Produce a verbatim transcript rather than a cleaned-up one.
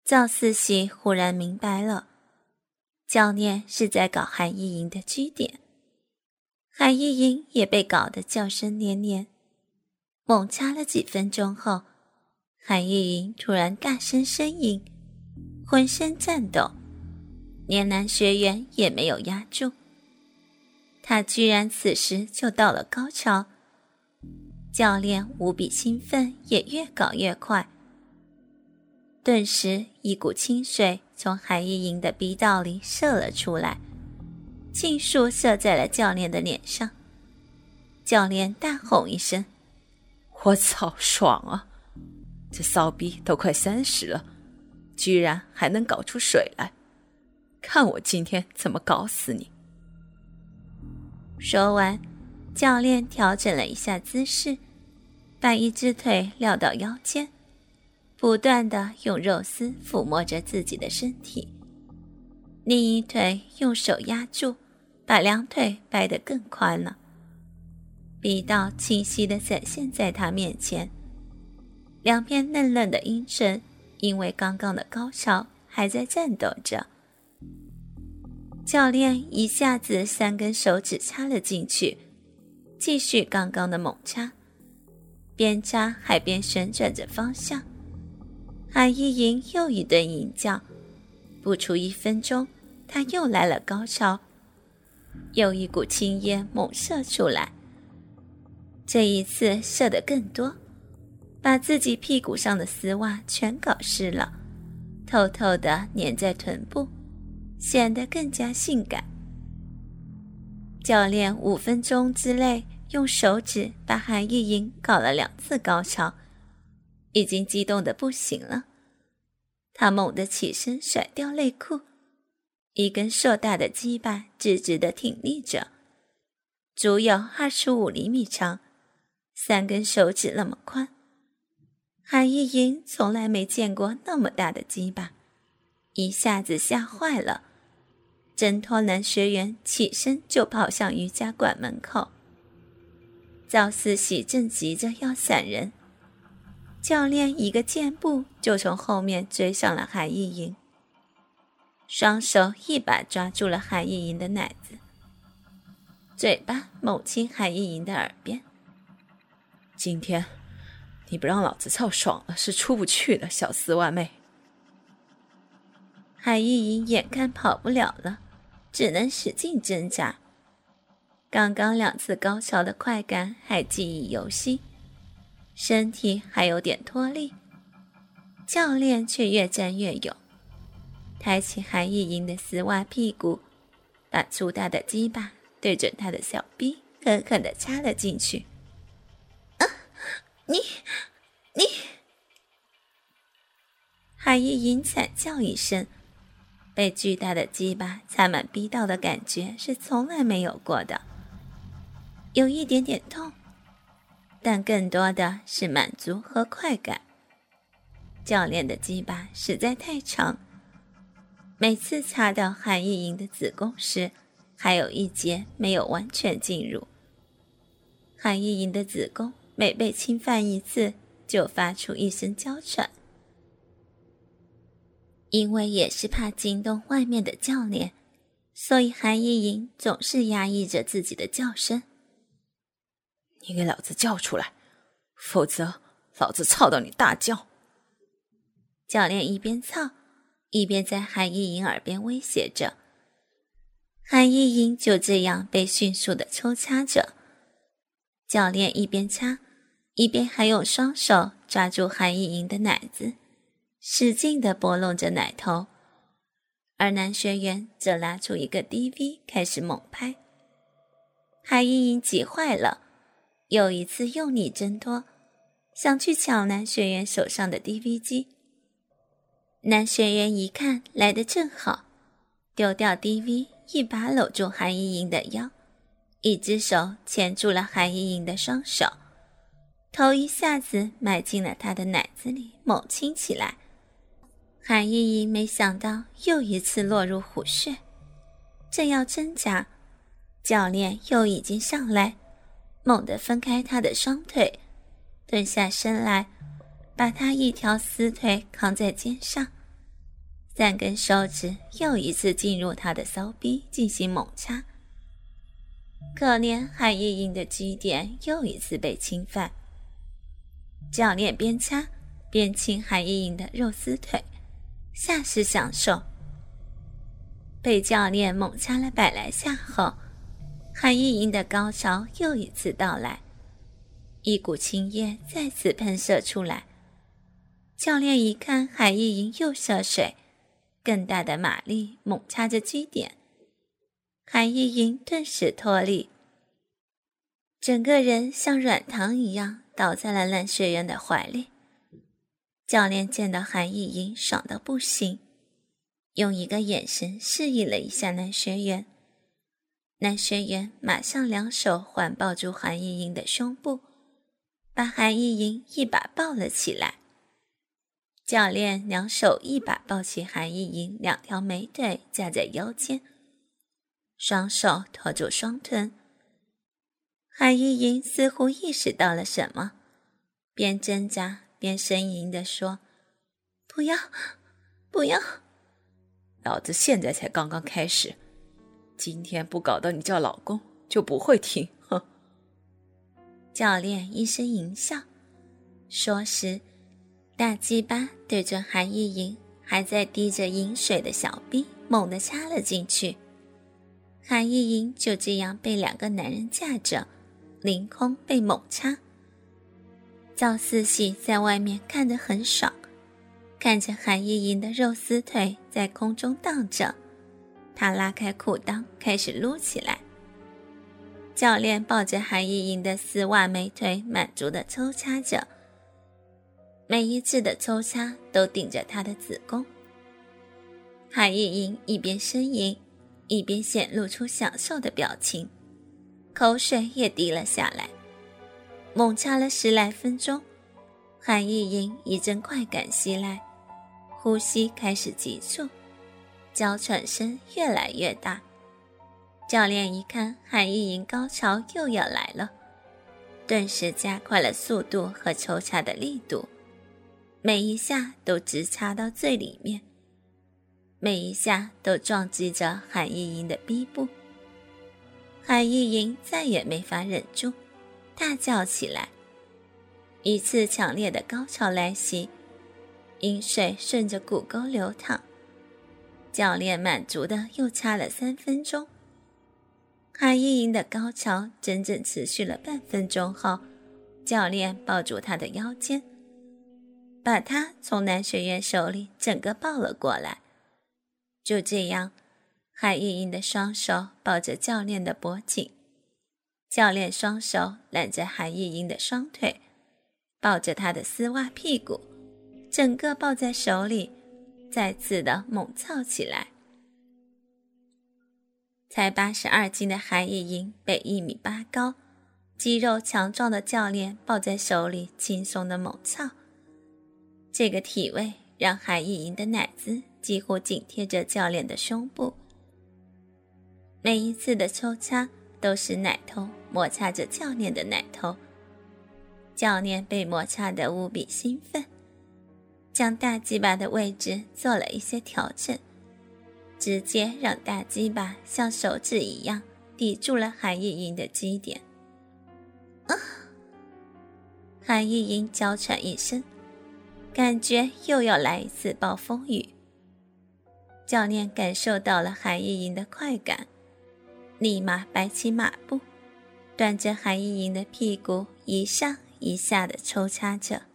赵四喜忽然明白了，教练是在搞韩意莹的据点。韩意莹也被搞得叫声连连。猛掐了几分钟后，韩意莹突然大声呻吟，浑身颤抖，连男学员也没有压住。他居然此时就到了高潮，教练无比兴奋，也越搞越快。顿时一股清水从韩意莹的逼道里射了出来，尽数射在了教练的脸上。教练大吼一声： 我操，爽啊！这骚逼都快三十了，居然还能搞出水来，看我今天怎么搞死你！ 说完，教练调整了一下姿势，把一只腿撂到腰间，不断地用肉丝抚摸着自己的身体，另一腿用手压住，把两腿掰得更宽了。逼道清晰地展现在他面前，两片嫩嫩的阴唇因为刚刚的高潮还在颤抖着。教练一下子三根手指插了进去，继续刚刚的猛插，边插还边旋转着方向。韩意莹又一顿淫叫，不出一分钟，他又来了高潮，又一股青烟猛射出来。这一次射得更多，把自己屁股上的丝袜全搞湿了，透透地粘在臀部，显得更加性感。教练五分钟之内用手指把韩意莹搞了两次高潮，已经激动得不行了。他猛地起身甩掉内裤，一根硕大的鸡巴直直地挺立着，足有二十五厘米长，三根手指那么宽。韩意莹从来没见过那么大的鸡巴，一下子吓坏了，挣脱男学员起身就跑向瑜伽馆门口。赵思喜正急着要闪人，教练一个箭步就从后面追上了韩意莹，双手一把抓住了韩意莹的奶子，嘴巴猛亲韩意莹的耳边。 今天你不让老子操爽了是出不去的，小丝袜妹。 韩意莹眼看跑不了了，只能使劲挣扎。刚刚两次高潮的快感还记忆犹新，身体还有点脱力，教练却越战越勇，抬起韩意莹的丝袜屁股，把粗大的鸡巴对准她的小臂狠狠地插了进去。啊，你你韩意莹惨叫一声，被巨大的鸡巴插满逼道的感觉是从来没有过的，有一点点痛，但更多的是满足和快感。教练的鸡巴实在太长，每次插到韩意莹的子宫时，还有一节没有完全进入。韩意莹的子宫每被侵犯一次，就发出一声娇喘。因为也是怕惊动外面的教练，所以韩意莹总是压抑着自己的叫声。 你给老子叫出来，否则老子操到你大叫！ 教练一边操，一边在韩意莹耳边威胁着。韩意莹就这样被迅速地抽插着，教练一边插，一边还用双手抓住韩意莹的奶子，使劲地拨弄着奶头，而男学员则拉出一个 D V 开始猛拍。韩意莹急坏了，又一次用力挣脱，想去抢男学员手上的 D V 机。男学员一看来得正好，丢掉 D V， 一把搂住韩意莹的腰，一只手牵住了韩意莹的双手，头一下子埋进了她的奶子里，猛亲起来。韩意莹没想到又一次落入虎穴，正要挣扎，教练又已经上来，猛地分开她的双腿，蹲下身来，把她一条丝腿扛在肩上， 三根手指又一次进入他的骚逼进行猛掐。可怜韩意莹的基点又一次被侵犯，教练边掐边亲韩意莹的肉丝腿，下是享受。被教练猛掐了百来下后，韩意莹的高潮又一次到来，一股精液再次喷射出来。教练一看韩意莹又射水，更大的马力猛掐着基点，韩意莹顿时脱力，整个人像软糖一样倒在了男学员的怀里。教练见到韩意莹爽到不行，用一个眼神示意了一下男学员，男学员马上两手环抱住韩意莹的胸部，把韩意莹一把抱了起来。教练两手一把抱起韩意莹两条美腿架在腰间，双手托住双臀。韩意莹似乎意识到了什么，边挣扎边呻吟地说：“不要，不要！ 老子现在才刚刚开始，今天不搞到你叫老公就不会停，哼！” 教练一声淫笑，说时大鸡巴对准韩意莹还在滴着饮水的小臂猛地掐了进去。韩意莹就这样被两个男人架着，凌空被猛插。赵思喜在外面看得很爽，看着韩意莹的肉丝腿在空中荡着，他拉开裤裆开始撸起来。教练抱着韩意莹的丝袜美腿满足地抽插着，每一次的抽插都顶着她的子宫。韩意莹一边呻吟，一边显露出享受的表情，口水也滴了下来。猛掐了十来分钟，韩意莹一阵快感袭来，呼吸开始急促，娇喘声越来越大。教练一看韩意莹高潮又要来了，顿时加快了速度和抽插的力度，每一下都直插到最里面，每一下都撞击着韩意莹的逼部。韩意莹再也没法忍住，大叫起来。一次强烈的高潮来袭，饮水顺着骨沟流淌。教练满足的又插了三分钟。韩意莹的高潮整整持续了半分钟后，教练抱住她的腰间，把她从男学员手里整个抱了过来。就这样，韩意莹的双手抱着教练的脖颈，教练双手揽着韩意莹的双腿，抱着她的丝袜屁股，整个抱在手里，再次的猛操起来。才八十二斤的韩意莹被一米八高、肌肉强壮的教练抱在手里轻松的猛操，这个体位让韩意莹的奶子几乎紧贴着教练的胸部。每一次的抽插都是奶头摩擦着教练的奶头，教练被摩擦得无比兴奋，将大鸡巴的位置做了一些调整，直接让大鸡巴像手指一样抵住了韩意莹的基点。啊！韩意莹娇喘一声，感觉又要来一次暴风雨。教练感受到了韩意莹的快感，立马摆起马步，端着韩意莹的屁股一上一下的抽插着。